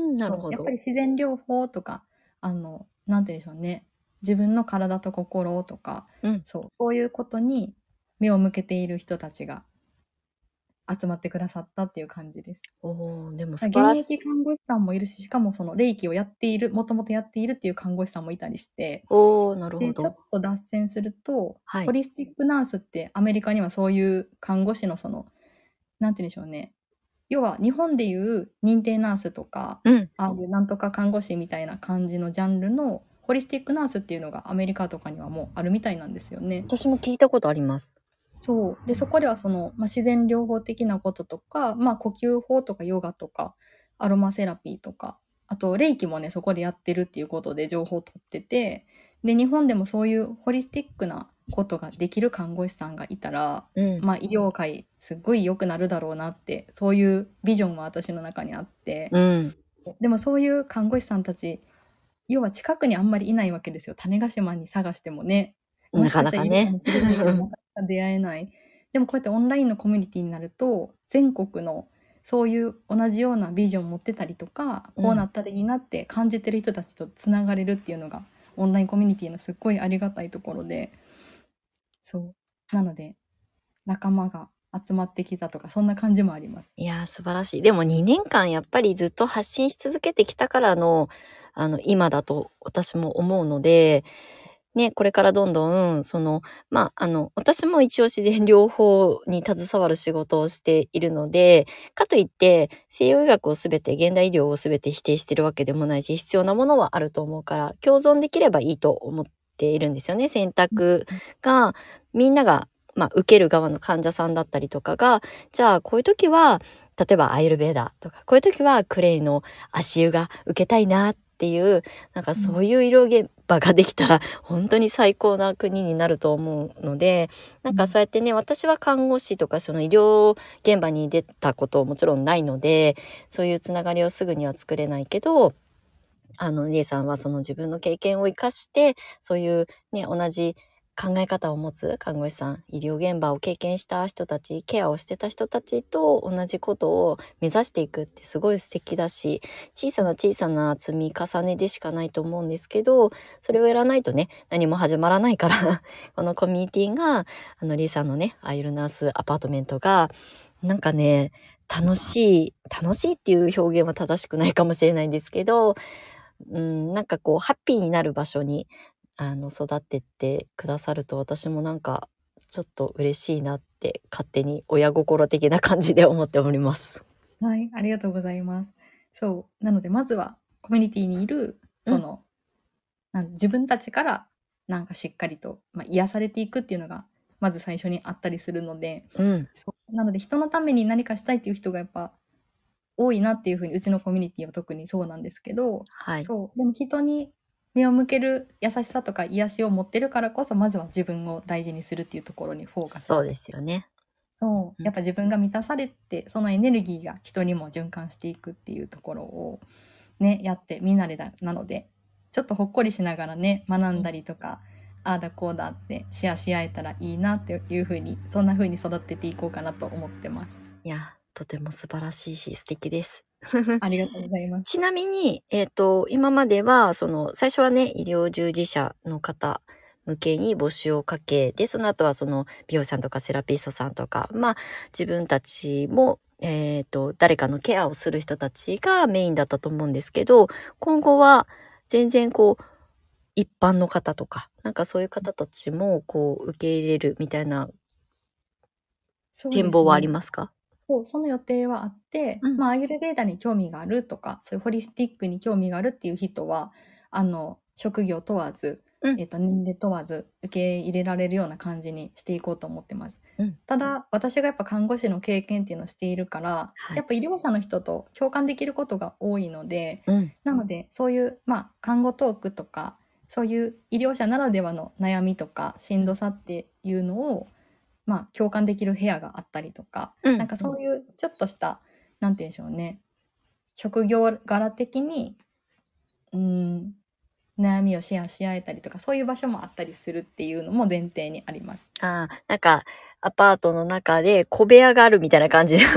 なるそう、やっぱりほど。 自然療法とか、なんて言うんでしょうね。自分の体と心とか、 うん。 そう、そういうことに目を向けている人たちが集まってくださったっていう感じです。 おー、でも素晴現らしい。 役看護師さんもいるし、しかもその霊気をやっている、もともとやっているっていう看護師さんもいたりして、 おー、なるほで、ちょっど。 と脱線すると、 はい。 ホリスティックナースってアメリカにはそういう看護師のその、なんて言うんでしょうね。要は日本でいう認定ナースとか、 うん。 ああいうなんとか看護師みたいな感じのジャンルのホリスティックナースっていうのがアメリカとかにはもうあるみたいなんですよね。 私も聞いたことあります。 そう。で、そこではその、自然療法的なこととか、呼吸法とかヨガとか、アロマセラピーとか、あと、霊気もね、そこでやってるっていうことで情報を取ってて、で、日本でもそういうホリスティックなことができる看護師さんがいたら、 うん。 医療界すっごい良くなるだろうなって、そういうビジョンは私の中にあって、 うん。 でもそういう看護師さんたち、要は近くにあんまりいないわけですよ。種子島に探してもね。もなかしかしたらいるかなかね。 もしれないけど、なかなか出会えない。でもこうやってオンラインのコミュニティになると、全国のそういう同じようなビジョンを持ってたりとか、 うん。 こうなったらいいなって感じてる人たちとつながれるっていうのが、オンラインコミュニティのすっごいありがたいところで、そう。なので、仲間が集まってきたとか、そんな感じもあります。 いやー、素晴らしい。でも2年間やっぱりずっと発信し続けてきたからの、今だと私も思うので、ね、これからどんどん、私も一応自然療法に携わる仕事をしているので、かといって西洋医学をすべて、現代医療をすべて否定してるわけでもないし、必要なものはあると思うから、共存できればいいと思っているんですよね。選択が、みんなが、受ける側の患者さんだったりとかが、じゃあこういう時は、例えばアイルベーダーとか、こういう時はクレイの足湯が受けたいなっていう、なんかそういう医療現場ができたら本当に最高な国になると思うので、なんかそうやってね、私は看護師とかその医療現場に出たこともちろんないので、そういうつながりをすぐには作れないけど、リエさんはその自分の経験を生かして、そういうね、同じ考え方を持つ看護師さん、医療現場を経験した人たち、ケアをしてた人たちと同じことを目指していくってすごい素敵だし、小さな小さな積み重ねでしかないと思うんですけど、それをやらないとね、何も始まらないからこのコミュニティが、リエさんのね、アイルナースアパートメントが、なんかね、楽しいっていう表現は正しくないかもしれないんですけど、なんかこう、ハッピーになる場所に、育ってってくださると、私もなんか、ちょっと嬉しいなって、勝手に親心的な感じで思っております。 はい、ありがとうございます。そう。なので、まずはコミュニティにいる、 うん、 自分たちからなんかしっかりと、癒されていくっていうのが、まず最初にあったりするので、 うん、 そうなので人のために何かしたいっていう人がやっぱ多いなっていうふうに、うちのコミュニティは特にそうなんですけど、 はい。 そう、でも人に目を向ける優しさとか癒しを持ってるからこそ、まずは自分を大事にするっていうところにフォーカスそうでして、 すよね。 そう、 うん、 やっぱ自分が満たされて、そのエネルギーが人にも循環していくっていうところをね、やってみんなでなので、ちょっとほっこりしながらね、学んうん。 だりとか、ああだこうだってシェアし合えたらいいなっていうふうに、そんなふうに育てていこうかなと思ってます。 いや、とても素晴らしいし、素敵です。 ありがとうございます。 ちなみに、今までは、最初はね、医療従事者の方向けに募集をかけ、で、その後は美容師さんとかセラピストさんとか、自分たちも、誰かのケアをする人たちがメインだったと思うんですけど、今後は全然こう、一般の方とか、なんかそういう方たちも、こう、受け入れるみたいなそう展望はありですね。 ますか？ そう、その予定はあって、 うん、 アーユルヴェーダに興味があるとか、そういうホリスティックに興味があるっていう人は、職業問わず、 うん、 年齢問わず受け入れられるような感じにしていこうと思ってます。 うん、 ただ、私がやっぱ看護師の経験っていうのをしているから、 はい。 やっぱ医療者の人と共感できることが多いので、 うん、 なので、そういう、看護トークとか、そういう医療者ならではの悩みとか、しんどさっていうのを、共感できる部屋があったりとか、 うん、 なんかうん。 そういうちょっとした、なんて言うんでしょうね、職業柄的に、うーん、悩みをシェアし合えたりとか、そういう場所もあったりするっていうのも前提にあります。 ああ、なんか、アパートの中で小部屋があるみたいな感じ。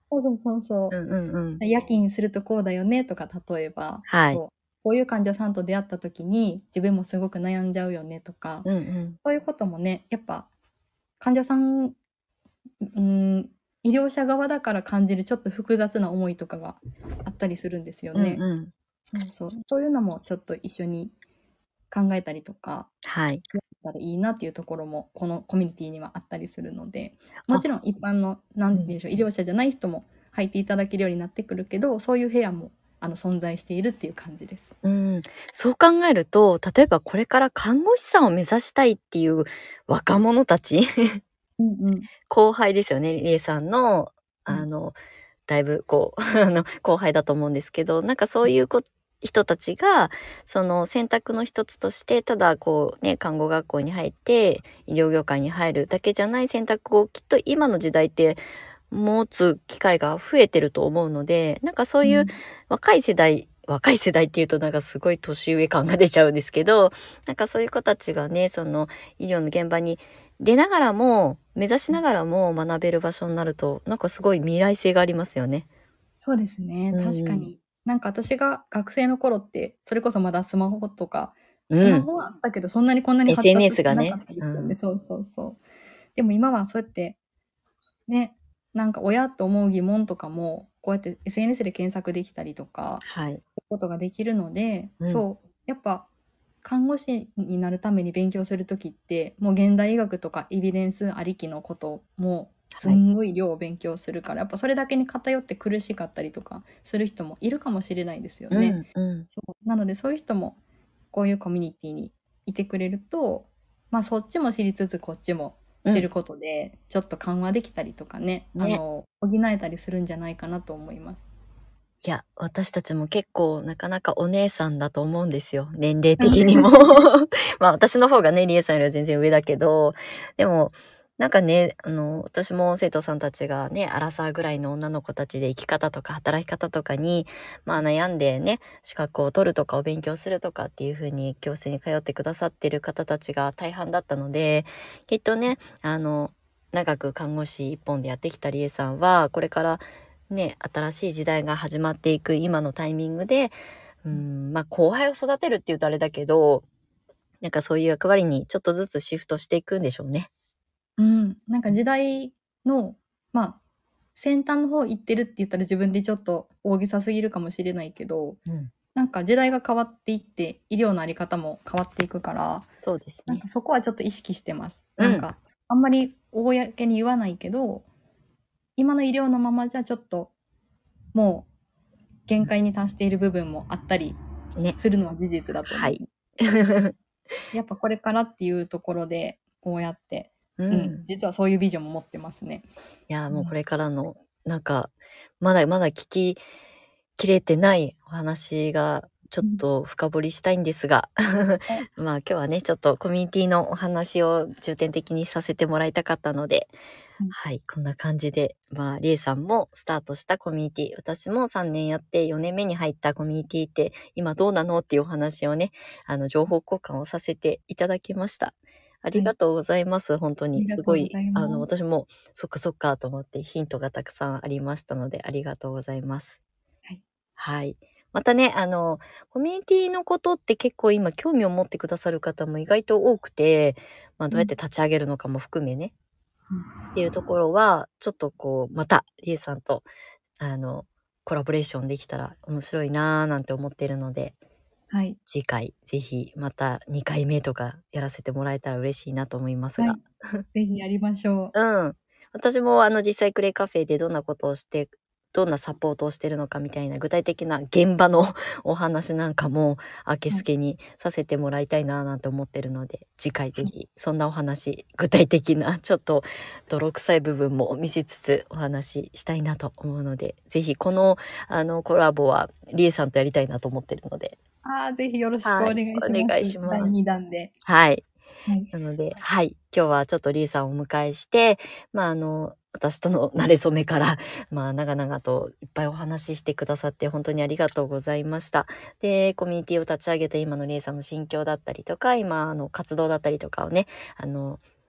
そうそうそうそうんうんうん。 う。夜勤するとこうだよねとか、例えば、 はい。 そう、こういう患者さんと出会った時に自分もすごく悩んじゃうよねとか、 うんうん。 そういうこともね、やっぱ患者さん、医療者側だから感じるちょっと複雑な思いとかがあったりするんですよね。 うんうん。 そうそう。そういうのもちょっと一緒に考えたりとか、 はい。 やったらいいなっていうところも、このコミュニティにはあったりするので、もあ、 ちろん一般の、なんうん。 て言うんでしょう、医療者じゃない人も入っていただけるようになってくるけど、そういう部屋も存在しているっていう感じです。 うん、そう考えると、例えばこれから看護師さんを目指したいっていう若者たち、 うんうん。 後輩ですよね、りえさんの、 はい。 だいぶこう、後輩だと思うんですけど、なんかそういう人たちが、その選択の一つとして、ただこうね、看護学校に入って、医療業界に入るだけじゃない選択をきっと今の時代って持つ機会が増えてると思うので、なんかそういううん。 若い世代っていうとなんかすごい年上感が出ちゃうんですけど、なんかそういう子たちがね、その医療の現場に出ながらも、目指しながらも学べる場所になると、なんかすごい未来性がありますよね。 そうですね、 うんうん。 確かに。なんか私が学生の頃って、それこそまだスマホとか、スうん。 マホはあったけど、そんなにこんなに発達 SNS してなかがね。 ったですよね。 うん。 そうそうそう。でも今はそうやってね、なんか親と思う疑問とかも、こうやって SNS で検索できたりとか、 はい。 ことができるので、 うん。 そう、やっぱ看護師になるために勉強する時って、もう現代医学とかエビデンスありきのこともすはい。 んごい量を勉強するから、やっぱそれだけに偏って苦しかったりとかする人もいるかもしれないですようね。 んうん。 そうなのでそういう人もこういうコミュニティにいてくれると、まあそっちも知りつつこっちもうん。 知ることでちょっと緩和できたりとかね、 ね。 補えたりするんじゃないかなと思います。 いや、私たちも結構なかなかお姉さんだと思うんですよ。年齢的にも。まあ私の方がね、りえさんよりは全然上だけど、でも、なんかね、私も生徒さんたちがね、アラサーぐらいの女の子たちで生き方とか働き方とかに、まあ悩んでね、資格を取るとかを勉強するとかっていう風に教室に通ってくださってる方たちが大半だったので、きっとね、長く看護師一本でやってきたりえさんは、これからね、新しい時代が始まっていく今のタイミングで、まあ後輩を育てるって言うとあれだけど、なんかそういう役割にちょっとずつシフトしていくんでしょうね。 うん、なんか時代の、まあ、先端の方行ってるって言ったら自分でちょっと大げさすぎるかもしれないけど、 うん。 なんか時代が変わっていって、医療のあり方も変わっていくから、 そうですね。 なんかそこはちょっと意識してます。 うん。 なんか、あんまり公に言わないけど、今の医療のままじゃちょっと、もう限界に達している部分もあったりね。 するのは事実だとはい。 思う。やっぱこれからっていうところで、こうやって、 ううん、 ん。 実はそういうビジョンも持ってますね。 いや、 うん。 もうこれからの、なんか、まだまだ聞ききれてないお話がちょっうん。 と深掘りしたいんですが、 あ、 まあ今日はね、ちょっとコミュニティのお話を重点的にさせてもらいたかったので、 うん。 はい、こんな感じで、まあ、りえさんもスタートしたコミュニティ、私も3年やって4年目に入ったコミュニティって今どうなのっていうお話をね、情報交換をさせていただきました。あはい、 りがとうございます。本当に。 ありがすごい、 とうございます。 私もそっかそっかと思ってヒントがたくさんありましたので、ありがとうございます。 はい。 はい。またね、コミュニティのことって結構今興味を持ってくださる方も意外と多くて、まあどうやってうん。 立ち上げるのかも含めね、 うん。 っていうところは、ちょっとこう、また、りえさんと、あの、コラボレーションできたら面白いなーなんて思っているので、 はい。 次回、ぜひ、また2回目とかやらせてもらえたら嬉しいなと思いますが。 はい。ぜひやりましょう。 うん。私も実際クレイカフェでどんなことをして、どんなサポートをしてるのかみたいな具体的な現場のお話なんかも明けはい。 すけにさせてもらいたいななんて思ってるので、次回ぜはい。 ひそんなお話、具体的なちょっと泥臭い部分も見せつつお話ししたいなと思うので、ぜひこのコラボはりえさんとやりたいなと思ってるので、 ああ、ぜひよろしくおはい、 願いお願いします。第します。 2弾で。 はい。 はい。 なので、はい、今日はちょっとりえさんをお迎えして、まあ、私との馴れ初めから、まあ、長々といっぱいお話ししてくださって本当にありがとうございました。で、コミュニティを立ち上げて今のりえさんの心境だったりとか、今、活動だったりとかをね、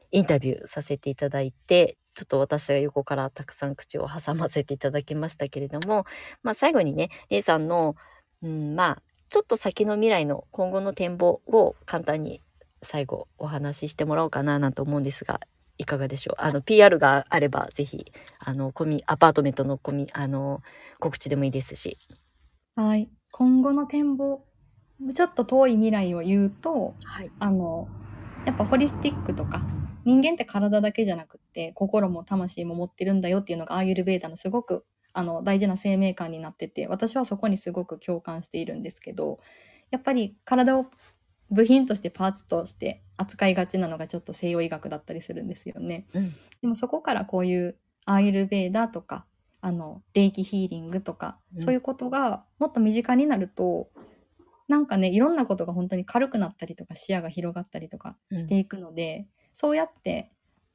インタビューさせていただいて、ちょっと私が横からたくさん口を挟ませていただきましたけれども、最後にね、りえさんの、ちょっと先の未来の今後の展望を簡単に最後お話ししてもらおうかななんて思うんですが、いかがでしょう。PR があればぜひ、アパートメントの告知でもいいですし。 はい。今後の展望、ちょっと遠い未来を言うと、 はい。 やっぱホリスティックとか、人間って体だけじゃなくって、心も魂も持ってるんだよっていうのがアーユルヴェーダのすごく大事な生命観になってて、私はそこにすごく共感しているんですけど、やっぱり体を部品としてパーツとして扱いがちなのがちょっと西洋医学だったりするんですよね。 うん。 でもそこからこういうアーユルヴェーダとか、レイキヒーリングとか、 うん。 そういうことがもっと身近になると、なんかね、いろんなことが本当に軽くなったりとか、視野が広がったりとかうん。 していくので、そうやって、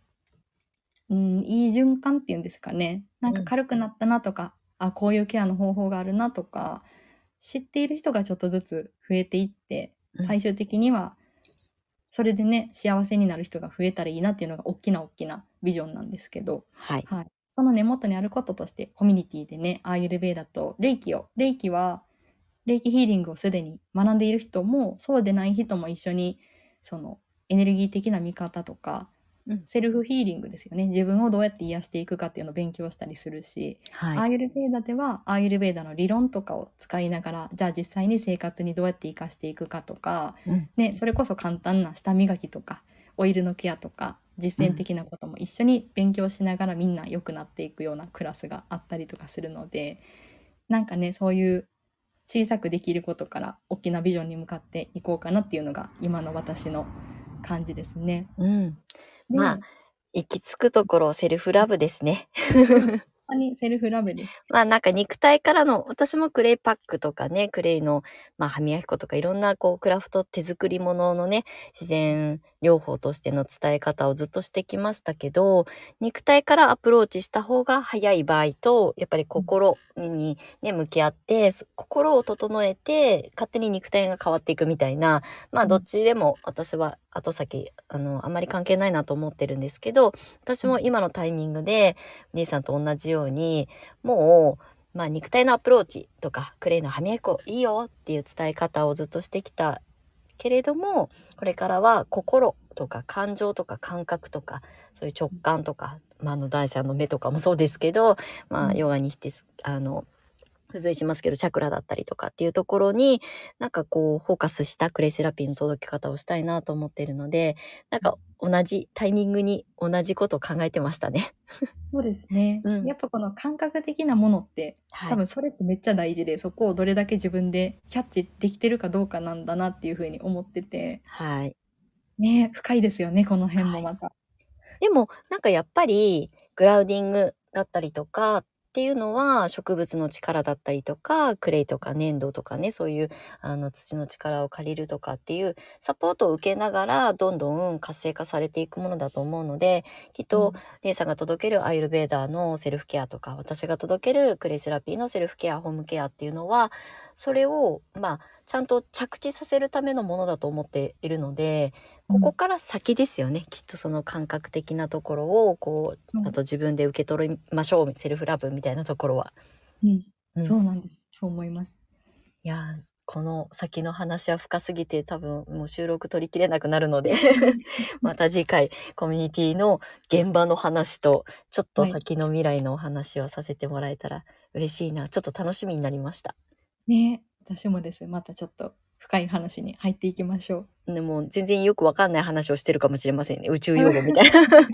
いい循環っていうんですかね。なんかうん。 軽くなったなとか、あ、こういうケアの方法があるなとか、知っている人がちょっとずつ増えていって、 うん。 最終的にはそれでね、幸せになる人が増えたらいいなっていうのが大きなビジョンなんですけど、 はい。 はい。その根元にあることとして、コミュニティでね、アーユルヴェーダとレイキは、レイキヒーリングをすでに学んでいる人も、そうでない人も一緒に、そのエネルギー的な見方とか、 うん。 セルフヒーリングですよね。自分をどうやって癒していくかっていうのを勉強したりするし、 はい。 アーユルヴェーダでは、アーユルヴェーダの理論とかを使いながら、じゃあ実際に生活にどうやって活かしていくかとか、 うん。 ね、それこそ簡単な舌磨きとか、オイルのケアとか、実践うん。 的なことも一緒に勉強しながらみんな良くなっていくようなクラスがあったりとかするので、なんかね、そういう小さくできることから大きなビジョンに向かっていこうかなっていうのが今の私の感じですね。 うん。 で、 行き着くところセルフラブですね。 うん、本当にセルフラブです。 なんか肉体からの、私もクレイパックとかね、クレイの、歯磨き粉とかいろんなこうクラフト手作りもののね、自然療法としての伝え方をずっとしてきましたけど、肉体からアプローチした方が早い場合と、やっぱりうん、 心にね、向き合って、心を整えて、勝手に肉体が変わっていくみたいな、どっうん、 ちでも私は後先、あんまり関係ないなと思ってるんですけど、私も今のタイミングで、お兄さんと同じように、もう、肉体のアプローチとか、クレイの歯磨き粉いいよっていう伝え方をずっとしてきたけれども、これからは心とか感情とか感覚とか、そういう直感とか、第三の目とかもそうですけど、 うん、 ヨガにして、付随しますけど、チャクラだったりとかっていうところに、なんかこう、フォーカスしたクレイセラピーの届け方をしたいなと思っているので、なんか同じタイミングに同じことを考えてましたね。 そうですね。 うん。 やっぱこの感覚的なものって、 はい。 多分それってめっちゃ大事で、そこをどれだけ自分でキャッチできてるかどうかなんだなっていうふうに思ってて、 はい。 ね、深いですよね、この辺もまた。 でも、なんかやっぱり、グラウディングだったりとかっていうのは、植物の力だったりとか、クレイとか粘土とかね、そういう、土の力を借りるとかっていうサポートを受けながら、どんどん活性化されていくものだと思うので、きっと、 うん、 レイさんが届けるアイルベーダーのセルフケアとか、私が届けるクレイセラピーのセルフケア、ホームケアっていうのは、それを、ちゃんと着地させるためのものだと思っているので、 うん、 ここから先ですよね。きっとその感覚的なところを、こう、あそう、 と自分で受け取りましょう、セルフラブみたいなところは。 うん、 うん。 そうなんです。そう思います。 いやー、この先の話は深すぎて多分もう収録取りきれなくなるのでまた次回コミュニティの現場の話とちょっとはい。 先の未来のお話をさせてもらえたら嬉しいな。ちょっと楽しみになりました。 ね、私もです。またちょっと深い話に入っていきましょう。 でも全然よくわかんない話をしてるかもしれませんね。宇宙うん用語みたいな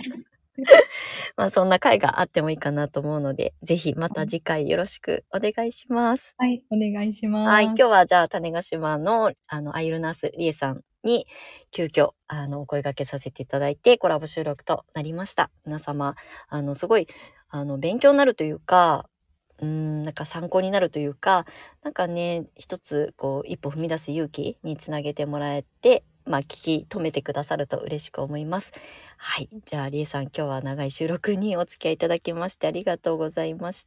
そんな回があってもいいかなと思うので、ぜひまた次回よろしくお願いします。 はい、お願いしはい、 ます。 今日はじゃあ種子島のアイルナースリエさんに急遽お声掛けさせていただいてコラボ収録となりました。皆様すごい勉強になるというか、なんか参考になるというか、なんかね、一つこう一歩踏み出す勇気につなげてもらえて、聞き止めてくださると嬉しく思います。はい。じゃあ、りえさん、今日は長い収録にお付き合いいただきましてありがとうございました。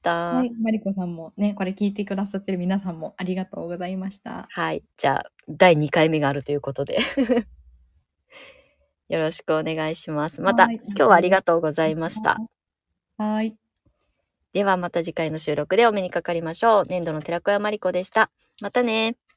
はい、マリコさんもね、これ聞いてくださってる皆さんもありがとうございました。 はい。じゃあ、第2回目があるということで。 よろしくお願いします。また、 はい。 今日はありがとうございました。 はい。 ではまた次回の収録でお目にかかりましょう。粘土の寺子屋まりこでした。またね。